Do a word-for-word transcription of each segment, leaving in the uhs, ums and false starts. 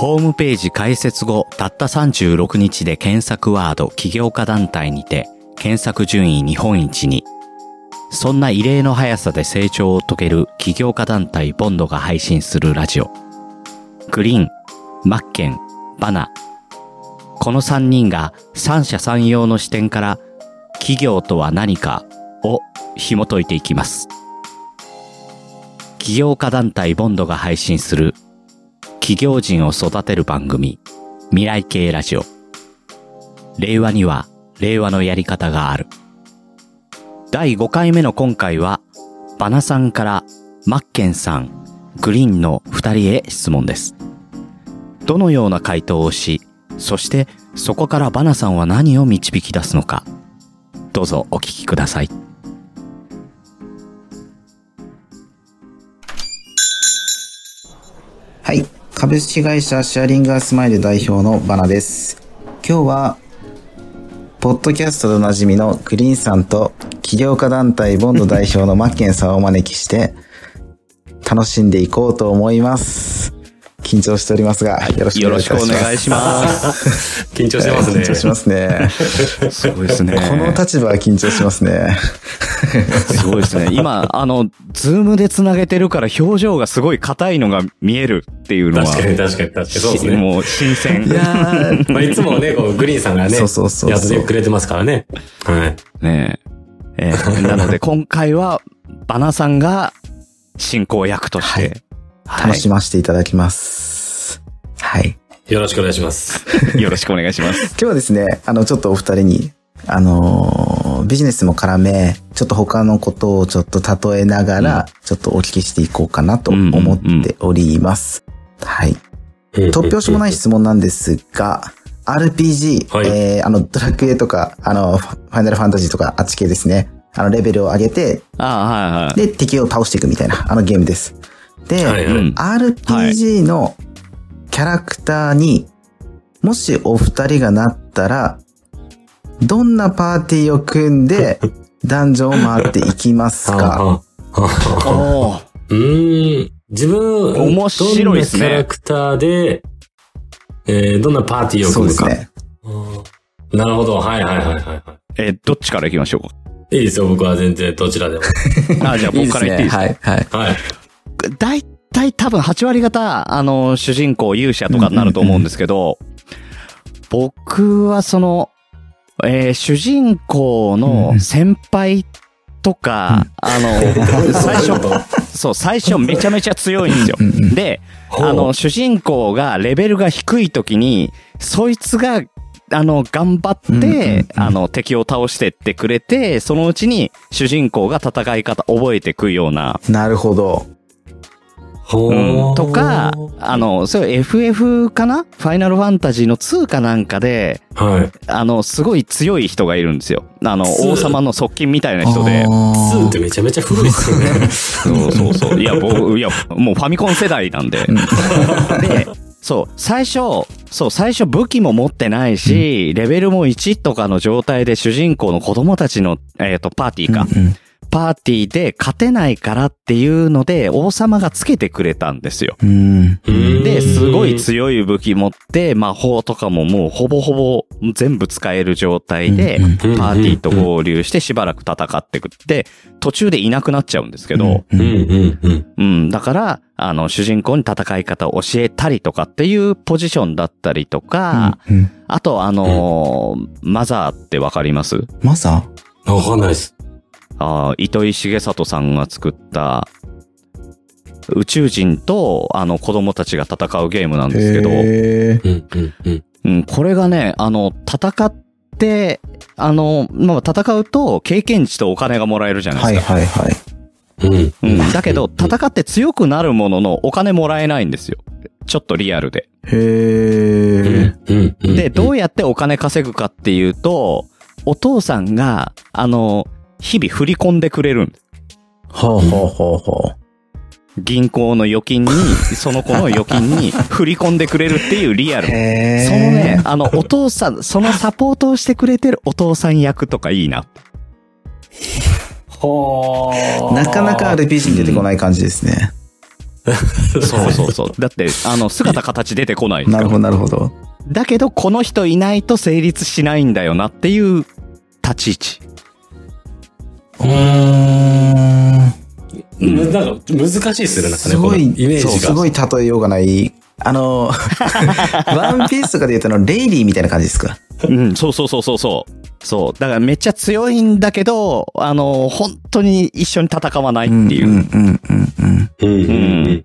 ホームページ開設後たったさんじゅうろくにちで検索ワード起業家団体にて検索順位日本一に。そんな異例の速さで成長を遂げる起業家団体ボンドが配信するラジオ。グリーン、マッケン、バナ。このさんにんが三者三様の視点から企業とは何かを紐解いていきます。起業家団体ボンドが配信する企業人を育てる番組、未来系ラジオ。令和には令和のやり方がある。だいごかいめの今回は、バナさんからマッケンさん、グリーンのふたりへ質問です。どのような回答をし、そしてそこからバナさんは何を導き出すのか。どうぞお聞きください。 はい。株式会社シェアリングアスマイル代表のバナです。今日は、ポッドキャストでおなじみのグリーンさんと起業家団体ボンド代表のマッケンさんをお招きして楽しんでいこうと思います。緊張しておりますが、よろしくお願いします。 よろしくお願いします。 緊張してますね。 緊張しますね。 すごいですね。 この立場は緊張しますね。 すごいですね。今、あの、ズームでつなげてるから表情がすごい硬いのが見えるっていうのは。 確かに確かに確かに。そうですね。 もう新鮮。 いやー、 まあ、いつもね、こうグリーンさんがね、 そうそうそうそうやってくれてますからね。はい。 ねえ。えー、なので今回は、バナさんが進行役として、 はい楽しませていただきます。はい。 よろしくお願いします。 よろしくお願いします。 今日はですね、あの、ちょっとお二人に、あのー、ビジネスも絡め、ちょっと他のことをちょっと例えながら、うん、ちょっとお聞きしていこうかなと思っております。うんうんうん、はい。突拍子もない質問なんですが、アールピージー、はい、えー、あの、ドラクエとか、あの、ファイナルファンタジーとか、あっち系ですね。あの、レベルを上げて、 あ、はいはい、 で、敵を倒していくみたいな、あのゲームです。で、はいはい、アールピージー のキャラクターに、もしお二人がなったら、どんなパーティーを組んで、ダンジョンを回っていきますか？ おうーん、自分、面白いですね。どんなキャラクターで、えー、どんなパーティーを組むか。そうですね。なるほど。はいはいはいはい。 えー、どっちから行きましょうか？ いいですよ、僕は全然どちらでも。 あ、じゃあ僕から言っていいですか？ いいですね。はい。はい。はいだいたい多分はちわり方、あの、主人公、勇者とかになると思うんですけど、うんうんうん、僕はその、えー、主人公の先輩とか、うん、あの、最初、そう、最初めちゃめちゃ強いんですよ。で、あの、主人公がレベルが低い時に、そいつが、あの、頑張って、うんうんうん、あの、敵を倒してってくれて、そのうちに主人公が戦い方覚えていくような。 なるほど。 うん、とか、あの、それ エフエフ かな？ファイナルファンタジーのにかなんかで、はい。あの、すごい強い人がいるんですよ。あの、王様の側近みたいな人で。 にってめちゃめちゃ古いっすよね。 そうそうそう。いや、僕、いや、もうファミコン世代なんで。で、そう、最初、そう、最初武器も持ってないし、うん、レベルもいちとかの状態で主人公の子供たちの、えっと、パーティーか。うんうんパーティーで勝てないからっていうので王様がつけてくれたんですよ。うんで、すごい強い武器持って魔法とかももうほぼほぼ全部使える状態でパーティーと合流してしばらく戦ってくって、途中でいなくなっちゃうんですけど、うん、だからあの主人公に戦い方を教えたりとかっていうポジションだったりとか、あとあのー、マザーってわかります？ マザー？わかんないです。 あ糸井重里さんが作った宇宙人とあの子供たちが戦うゲームなんですけど、うんうんうんうん、これがね、あの戦ってあのまあ戦うと経験値とお金がもらえるじゃないですか。はいはいはい。うんうん、だけど戦って強くなるもののお金もらえないんですよ。ちょっとリアルで。へー。でどうやってお金稼ぐかっていうと、お父さんがあの日々振り込んでくれるんです。はあはあはあはあ。銀行の預金に、その子の預金に振り込んでくれるっていうリアル。そのね、あの、お父さん、そのサポートをしてくれてるお父さん役とかいいな。 はあ。なかなか アールピージー に出てこない感じですね。 そうそうそう。だって、あの、姿形出てこないですから。 なるほど、なるほど。 だけど、この人いないと成立しないんだよなっていう立ち位置。 うーん。うん、なんか難しいですよね、なんかね。 すごい、 イメージが。 すごい例えようがない。あの、ワンピースとかで言うとの、レイリーみたいな感じですか？ うん、そうそうそうそうそう。そう。だからめっちゃ強いんだけど、あの、本当に一緒に戦わないっていう。うん、うん、うん、うん。うん、うん、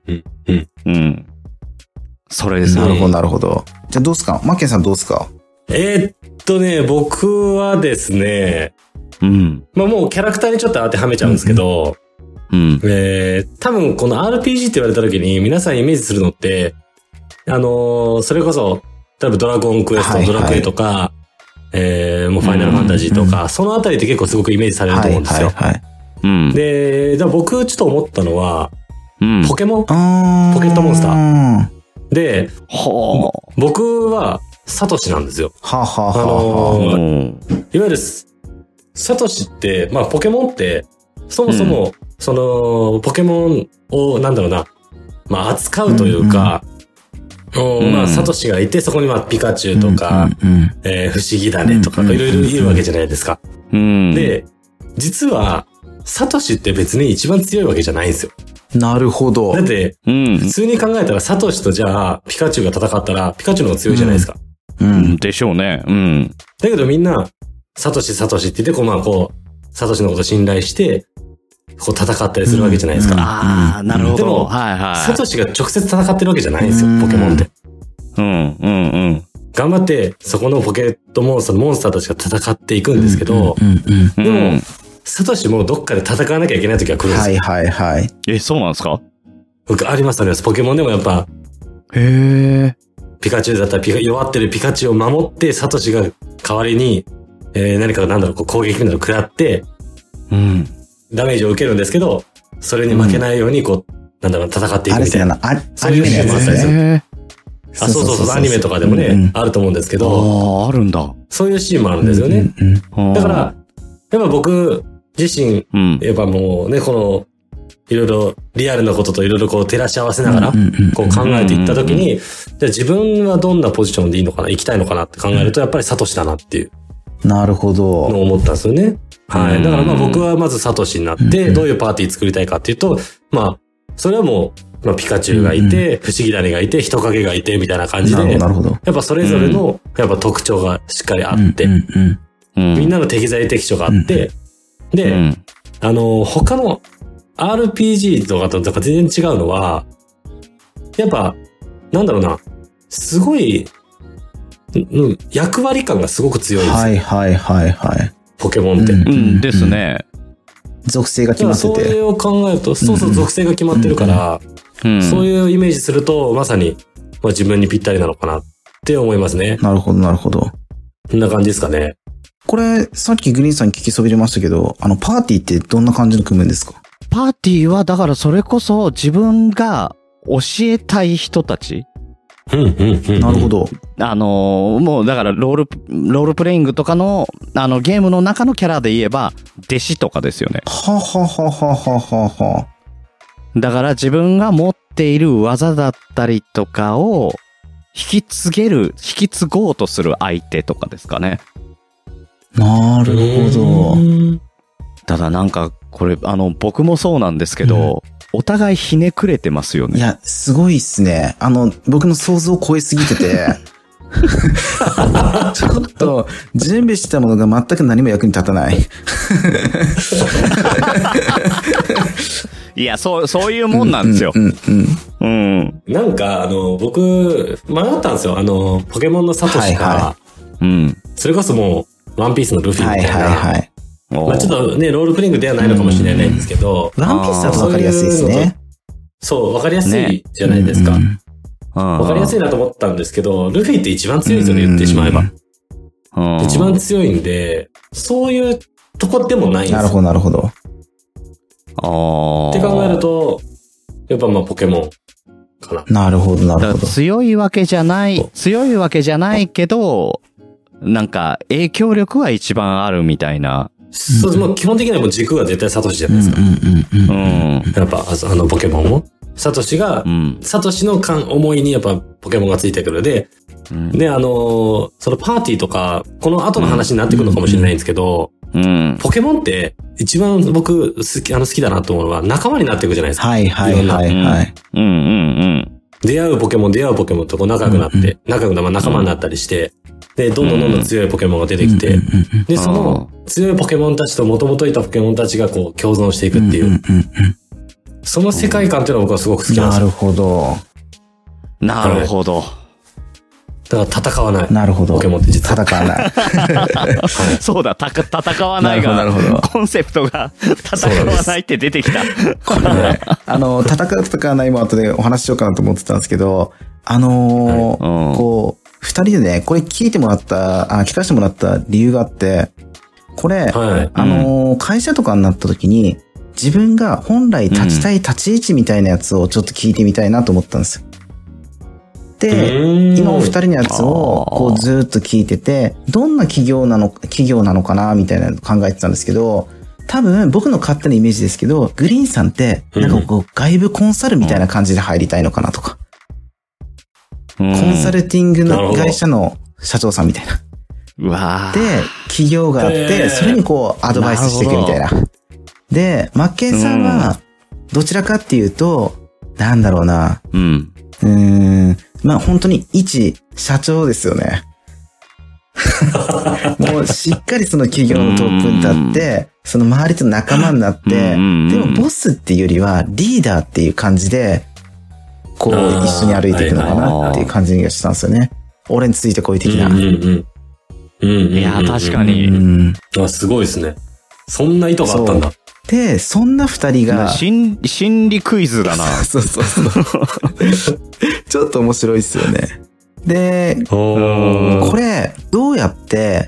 うん。うん。それですね。 なるほど、なるほど。じゃあどうすか？マッケンさんどうすか？ えー、っとね、僕はですね、うん。まあもうキャラクターにちょっと当てはめちゃうんですけど、うん。えー、多分この アールピージー って言われた時に皆さんイメージするのって、あのー、それこそ、例えばドラゴンクエスト、はいはい、ドラクエとか、えー、もうファイナルファンタジーとか、うん、そのあたりって結構すごくイメージされると思うんですよ。はいはいはい、うん、で、だから僕ちょっと思ったのは、うん、ポケモン、ポケットモンスター。で、はあ、僕はサトシなんですよ。はあはあはあ、あのー、いわゆる、サトシって、まあポケモンって、そもそも、うん、その、ポケモンを、なんだろうな、まあ扱うというか、うんうん、まあ、サトシがいて、そこにまあ、ピカチュウとか、うんうんうん、えー、不思議種とか、いろいろいるわけじゃないですか。うん、で、実は、サトシって別に一番強いわけじゃないんですよ。 なるほど。 だって、うん、普通に考えたら、サトシとじゃあ、ピカチュウが戦ったら、ピカチュウの方が強いじゃないですか。 うん。うん、でしょうね。うん。 だけどみんな、サトシ、サトシって言って、こう、まあ、こう、サトシのことを信頼して、こう戦ったりするわけじゃないですか。うんうん、 ああ、なるほど。 でも、はいはい、サトシが直接戦ってるわけじゃないんですよ、ポケモンって。うん、うん、うん。頑張って、そこのポケットモンスター、モンスターたちが戦っていくんですけど、でも、サトシもどっかで戦わなきゃいけない時が来るんですよ。 はいはいはい。 え、そうなんですか？ 僕、ありますあります。ポケモンでもやっぱ、 へー。 ピカチュウだったらピカ、弱ってるピカチュウを守って、サトシが代わりに、えー、何かなんだろう、こう攻撃みたいなのを食らって、うん。ダメージを受けるんですけど、それに負けないように、こう、うん、なんだろう、戦っていくみたいな。あれですね、 そういうシーンもあったりする。 あ、そうそうそう、アニメとかでもね、うんうん、あると思うんですけど。 ああ、あるんだ。 そういうシーンもあるんですよね。うんうん、だから、やっぱ僕自身、うん、やっぱもうね、この、いろいろリアルなことといろいろこう照らし合わせながら、こう考えていったときに、じゃあ自分はどんなポジションでいいのかな、行きたいのかなって考えると、やっぱりサトシだなっていう。 なるほど。 のを思ったんですよね。はい。だからまあ僕はまずサトシになって、どういうパーティー作りたいかっていうと、まあ、それはもう、まあピカチュウがいて、不思議種がいて、人影がいて、みたいな感じで、 なるほど。 やっぱそれぞれの、やっぱ特徴がしっかりあって、みんなの適材適所があって、で、あの、他の アールピージー とかと全然違うのは、やっぱ、なんだろうな、すごい、うん、役割感がすごく強いんですよ。 はいはいはいはい。 ポケモンって。 うん、うん、ですね。 属性が決まってて。 それを考えると、そうそう属性が決まってるから、うんうん、そういうイメージすると、まさに、まあ、自分にぴったりなのかなって思いますね。 なるほどなるほど。 こんな感じですかね。 これ、さっきグリーンさん聞きそびれましたけど、あの、パーティーってどんな感じの組むんですか？ パーティーは、だからそれこそ自分が教えたい人たち。 うんうんうん、なるほど。 あのー、もうだからロール、ロールプレイングとかの、あの、ゲームの中のキャラで言えば、弟子とかですよね。 ははははははは。 だから自分が持っている技だったりとかを、引き継げる、引き継ごうとする相手とかですかね。 なるほど。 ただなんか、これ、あの、僕もそうなんですけど、うんお互いひねくれてますよね。 いや、すごいっすね。あの、僕の想像を超えすぎてて、ちょっと、準備したものが全く何も役に立たない。 いや、そう、そういうもんなんですよ。うん、うん、うん。うん。 なんか、あの、僕、迷ったんですよ。あの、ポケモンのサトシか、はいはい、うん。それこそもう、ワンピースのルフィみたいな。はいはいはい。まあちょっとね、ロールプレイングではないのかもしれないんですけど。 ワンピースだとわかりやすいですね。 そう、わかりやすいじゃないですか。わかりやすいなと思ったんですけど、ルフィって一番強いですよね、言ってしまえば。一番強いんで、そういうとこでもないんですよ。 なるほど、なるほど。 って考えると、やっぱまあポケモンかな。 なるほど、なるほど。 強いわけじゃない、強いわけじゃないけど、なんか影響力は一番あるみたいな。 そう、もう基本的にはもう軸が絶対サトシじゃないですか。うん。やっぱ、あの、ポケモンも。 サトシが、うん、サトシの思いにやっぱポケモンがついてくるで、うん、で、あのー、そのパーティーとか、この後の話になってくるのかもしれないんですけど、うんうん、ポケモンって一番僕好き、あの好きだなと思うのは仲間になっていくじゃないですか。 はいはいはいはい。 うんうんうん。 出会うポケモン、出会うポケモンとこう仲良くなって、うんうん、仲良くな、まあ、仲間になったりして、で、どんどんどんどん強いポケモンが出てきて、で、その強いポケモンたちと元々いたポケモンたちがこう共存していくっていう、その世界観っていうのは僕はすごく好きなんですよ。 なるほど。 なるほど。 だから戦わない。 なるほど。 ポケモンって実は。 戦わない。 そうだ、た戦わないが、なるほど。コンセプトが戦わないって出てきた。 これね、あの、戦う戦わないも後でお話ししようかなと思ってたんですけど、あのーはいうん、こう、二人でね、これ聞いてもらった、あ、聞かせてもらった理由があって、これ、はい、あのー、会社とかになった時に、自分が本来立ちたい立ち位置みたいなやつをちょっと聞いてみたいなと思ったんですよ。で、今お二人のやつをこうずっと聞いてて、どんな企業なの、企業なのかなみたいなの考えてたんですけど、多分僕の勝手なイメージですけど、グリーンさんって、なんかこう外部コンサルみたいな感じで入りたいのかなとか。コンサルティングの会社の社長さんみたいな。 うわで、企業があって、それにこうアドバイスしていくみたいな。で、マッケンさんは、どちらかっていうと、なんだろうな。うん。うーん。まあ本当に一社長ですよね。もうしっかりその企業のトップに立って、その周りと仲間になって、でもボスっていうよりはリーダーっていう感じで、こう一緒に歩いていくのかなっていう感じがしたんですよね。俺についてこい的な。うんうんうん。いや、確かに。 うん、あ、すごいですね。そんな意図があったんだ。 で、そんな二人が。 心、心理クイズだな。 そうそうそう。ちょっと面白いですよね。で、これ、どうやって、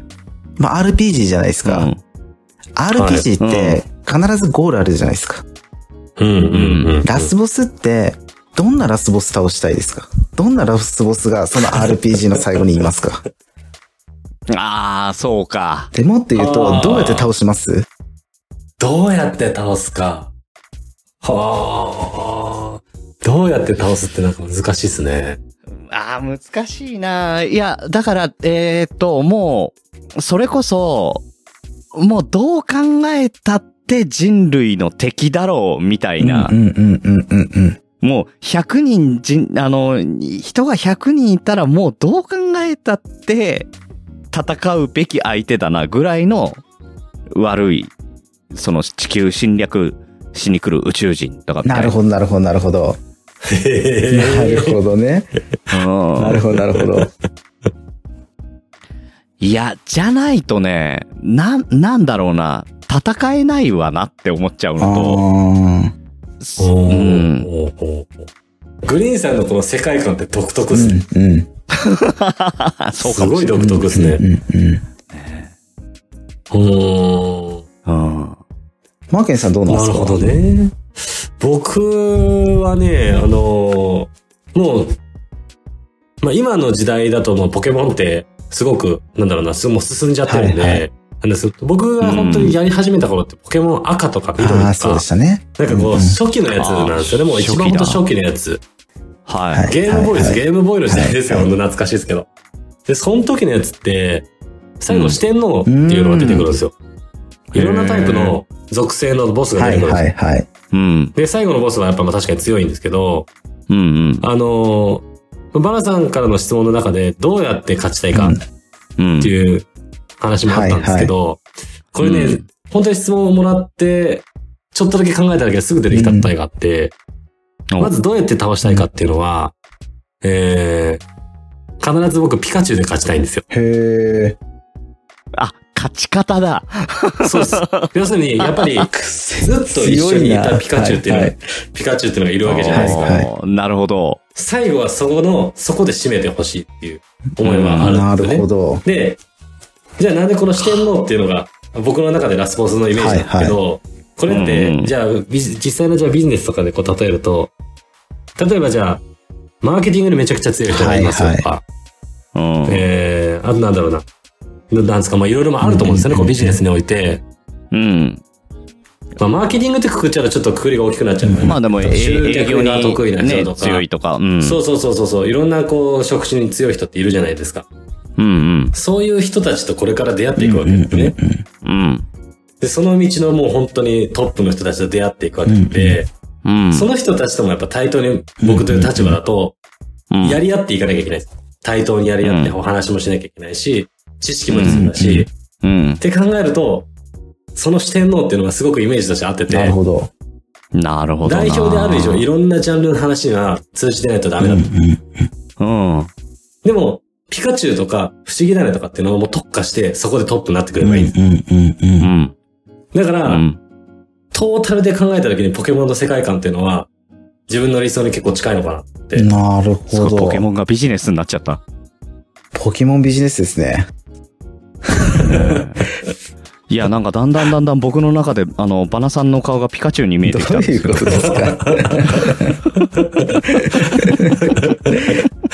まあ、アールピージー じゃないですか。うん、アールピージー って必ずゴールあるじゃないですか。 うんうんうん、 ラスボスって、どんなラスボス倒したいですか？どんなラスボスがその アールピージー の最後にいますか？ ああ、そうか。 でもって言うと、どうやって倒します？ どうやって倒すか。はあ。どうやって倒すってなんか難しいですね。 ああ、難しいな。いや、だから、えー、っと、もう、それこそ、もうどう考えたって人類の敵だろう、みたいな。 うんうんうんうんうん。 もう、ひゃくにん、人、あの、人がひゃくにんいたらもうどう考えたって戦うべき相手だな、ぐらいの悪い。その地球侵略しに来る宇宙人とかって。 なるほど、なるほど、なるほど。なるほどね。なるほど、なるほど。 いや、じゃないとね、な、なんだろうな、戦えないわなって思っちゃうのと。 うん、グリーンさんのこの世界観って独特ですね。うんうん、そうすごい独特ですね。うん。うんマーケンさんどうなんですか？ なるほどね。僕はね、あの、もう、まあ、今の時代だともうポケモンってすごく、なんだろうな、もう進んじゃってるんで、はいはい、なんです僕が本当にやり始めた頃ってポケモン赤とか緑とか、 あそうでしたね。 なんかこう、初期のやつなんですよね。もう一番ほんと初期のやつ。はい。ゲームボーイです。はいはい、ゲームボーイの時代ですよ。ほんと懐かしいですけど。で、その時のやつって、最後四天王っていうのが出てくるんですよ。いろんなタイプの属性のボスが出てくるんですよ。はいはいはい。うん。で、最後のボスはやっぱまあ確かに強いんですけど、うんうん。あのー、バナさんからの質問の中でどうやって勝ちたいかっていう話もあったんですけど、うんはいはい、これね、うん、本当に質問をもらって、ちょっとだけ考えただけですぐ出てきた答えがあって、うん、まずどうやって倒したいかっていうのは、えー、必ず僕ピカチュウで勝ちたいんですよ。 へー。 あ、勝ち方だ。 そうです。要するに、やっぱり、ずっと一緒にいたピカチュウっていうのは、はいはい、ピカチュウっていうのがいるわけじゃないですか。はいはい、 なるほど。 最後はそこの、そこで締めてほしいっていう思いはあるんですよね。なるほど。で、じゃあなんでこの四天王っていうのが、僕の中でラスボスのイメージなんですけど、はいはい、これって、うんうん、じゃあ、実際のじゃあビジネスとかでこう例えると、例えばじゃあ、マーケティングでめちゃくちゃ強い人がいますよとか、はいはい、えー、あとなんだろうな。なんですか、まあいろいろもあると思うんですよね、こうビジネスにおいて。うん。 まあ、マーケティングってくくっちゃうとちょっとくくりが大きくなっちゃうから、ね。 まあでも、営業が得意な人とか、ね、強いとか、うん。 そうそうそうそう。いろんなこう、職種に強い人っているじゃないですか。 うんうん。 そういう人たちとこれから出会っていくわけですね。 うん。 で、その道のもう本当にトップの人たちと出会っていくわけで、うん。その人たちともやっぱ対等に僕という立場だと、やり合っていかなきゃいけないです。対等にやり合ってお話もしなきゃいけないし、知識も必要だし、うん。って考えると、その四天王っていうのがすごくイメージとして合ってて。 なるほど。 なるほど。 代表である以上、いろんなジャンルの話が通じてないとダメだと。 うん。うん。 でも、ピカチュウとか、不思議だねとかっていうのをもう特化して、そこでトップになってくればいいんです。うんうんうんうん。だから、うん、トータルで考えた時にポケモンの世界観っていうのは、自分の理想に結構近いのかなって。 なるほど。 ポケモンがビジネスになっちゃった。 ポケモンビジネスですね。 いや、なんかだんだんだんだん僕の中で、あの、バナさんの顔がピカチュウに見えてきたんですよ。 どういうことですか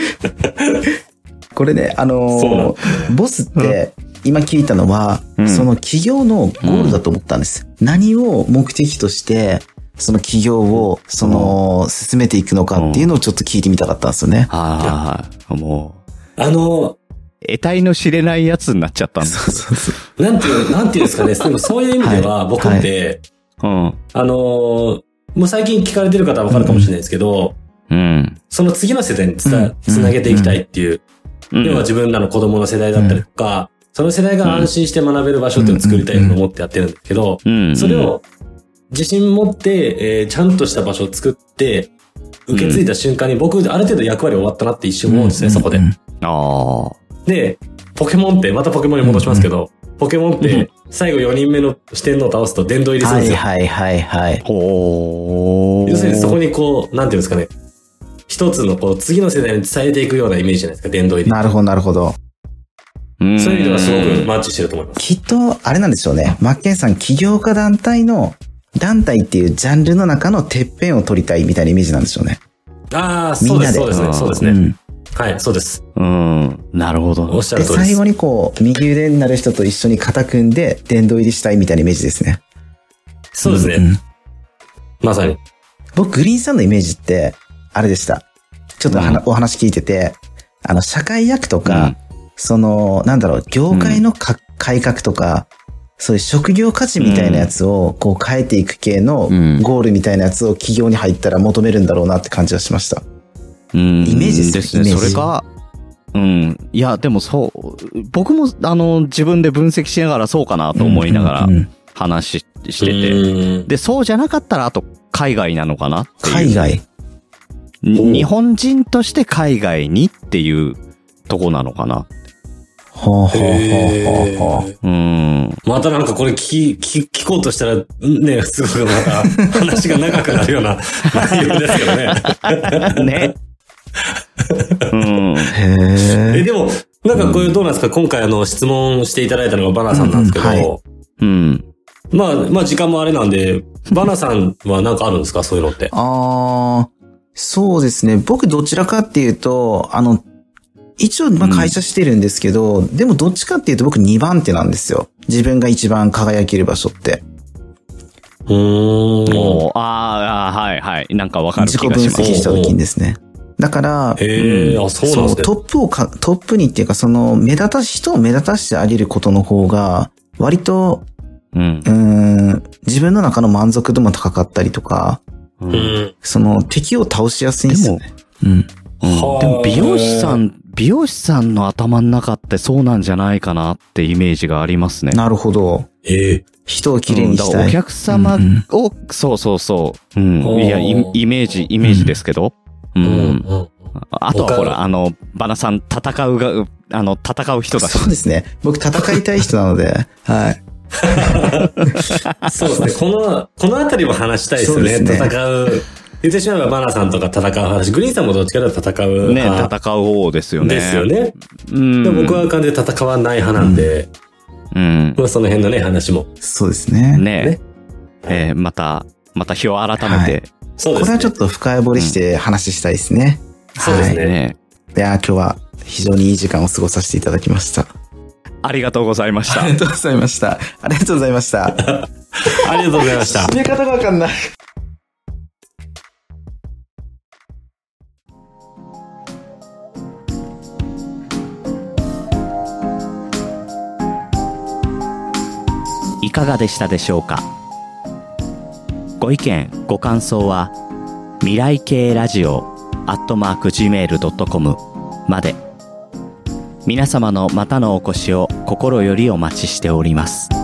これね、あのー、ボスって、今聞いたのは、うん、その企業のゴールだと思ったんです。うん、何を目的として、その企業を、その、うん、進めていくのかっていうのをちょっと聞いてみたかったんですよね。 はい、もう。あの、 得体の知れないやつになっちゃったんです。 そうそうそう。なんていう、なんていうんですかね。でもそういう意味では、僕って、はいはい、うん、あのー、もう最近聞かれてる方はわかるかもしれないですけど、うん、その次の世代につな、つなげていきたいっていう、うん、要は自分らの子供の世代だったりとか、うん、その世代が安心して学べる場所っていうのを作りたいと思ってやってるんですけど、うん、それを自信持って、えー、ちゃんとした場所を作って、受け継いだ瞬間に僕、ある程度役割終わったなって一瞬思うんですね、そこで。 あで、ポケモンって、またポケモンに戻しますけど、うん、ポケモンって、最後よにんめの四天王を倒すと殿堂入りするんですよ。 はいはいはいはい。 ほー。要するにそこにこう、なんていうんですかね、一つのこう、次の世代に伝えていくようなイメージじゃないですか、殿堂入り。 なるほどなるほど。 そういう意味ではすごくマッチしてると思います。 きっと、あれなんでしょうね。マッケンさん、起業家団体の、団体っていうジャンルの中のてっぺんを取りたいみたいなイメージなんでしょうね。 ああ、そうです、そうですね、そうですね。うんはい、そうです。 うん。なるほど。 おっしゃる通りです。 最後にこう、右腕になる人と一緒に肩組んで、殿堂入りしたいみたいなイメージですね。 そうですね。うん、まさに。 僕、グリーンさんのイメージって、あれでした。ちょっと、うん、お話聞いてて、あの、社会役とか、うん、その、なんだろう、業界のか、うん、改革とか、そういう職業価値みたいなやつを、こう変えていく系のゴールみたいなやつを企業に入ったら求めるんだろうなって感じがしました。 うん、 イメージですね。それか、うん。いや、でもそう、僕も、あの、自分で分析しながらそうかなと思いながら話してて、うんうんうん。で、そうじゃなかったら、あと、海外なのかなっていう。 海外日本人として海外にっていうとこなのかな。 はあ、はあ、はあ、はあ。 うん。 またなんかこれ聞き、聞、聞こうとしたら、ね、すごくまた話が長くなるような内容ですけどね。 ね。うん。 へえ。でも、なんかこういうどうなんですか、今回あの質問していただいたのがバナさんなんですけど、うん、はい、 うん。 まあ、まあ時間もあれなんで、バナさんはなんかあるんですか、そういうのって。 ああ、そうですね。僕どちらかっていうと、あの、一応、まあ会社してるんですけど、うん、でもどっちかっていうと僕にばん手なんですよ。自分が一番輝ける場所って。 うーん。ああ、はいはい。なんかわかる気がします。 自己分析した時にですね。だから、 へうん、あ、そうなんですね。 トップをか、トップにっていうか、その、目立たし、人を目立たしてあげることの方が、割と、うん、うーん自分の中の満足度も高かったりとか、 うん、 その、敵を倒しやすいんですよね。うん。うん、 でも美容師さん、美容師さんの頭の中ってそうなんじゃないかなってイメージがありますね。 なるほど。 ええ。 人をきれいにしたい。 うん、お客様を、うん、そうそうそう。うん。いやイ、イメージ、イメージですけど。うん。うんうん、あとはほら、あの、バナさん戦うが、あの、戦う人だし。 そうですね。僕戦いたい人なので、はい。 そうですね。この、このあたりも話したいですね。ですね戦う。言ってしまえばバナさんとか戦う話。グリーンさんもどっちかというと戦う。 ね、戦う方ですよね。 ですよね。うん。で僕は完全に戦わない派なんで。うん。まあその辺のね、話も。 そうですね。 ね。ねえー、また、また日を改めて。はい、 そうですね。 これはちょっと深掘りして話したいですね。 うん、そうですね。 いや、今日は非常にいい時間を過ごさせていただきました。 ありがとうございました。 ありがとうございました。ありがとうございました。 ありがとうございました。 締め方がわかんない。 いかがでしたでしょうか。ご意見ご感想は未来系ラジオアットマーク ジーメールドットコム まで。皆様のまたのお越しを心よりお待ちしております。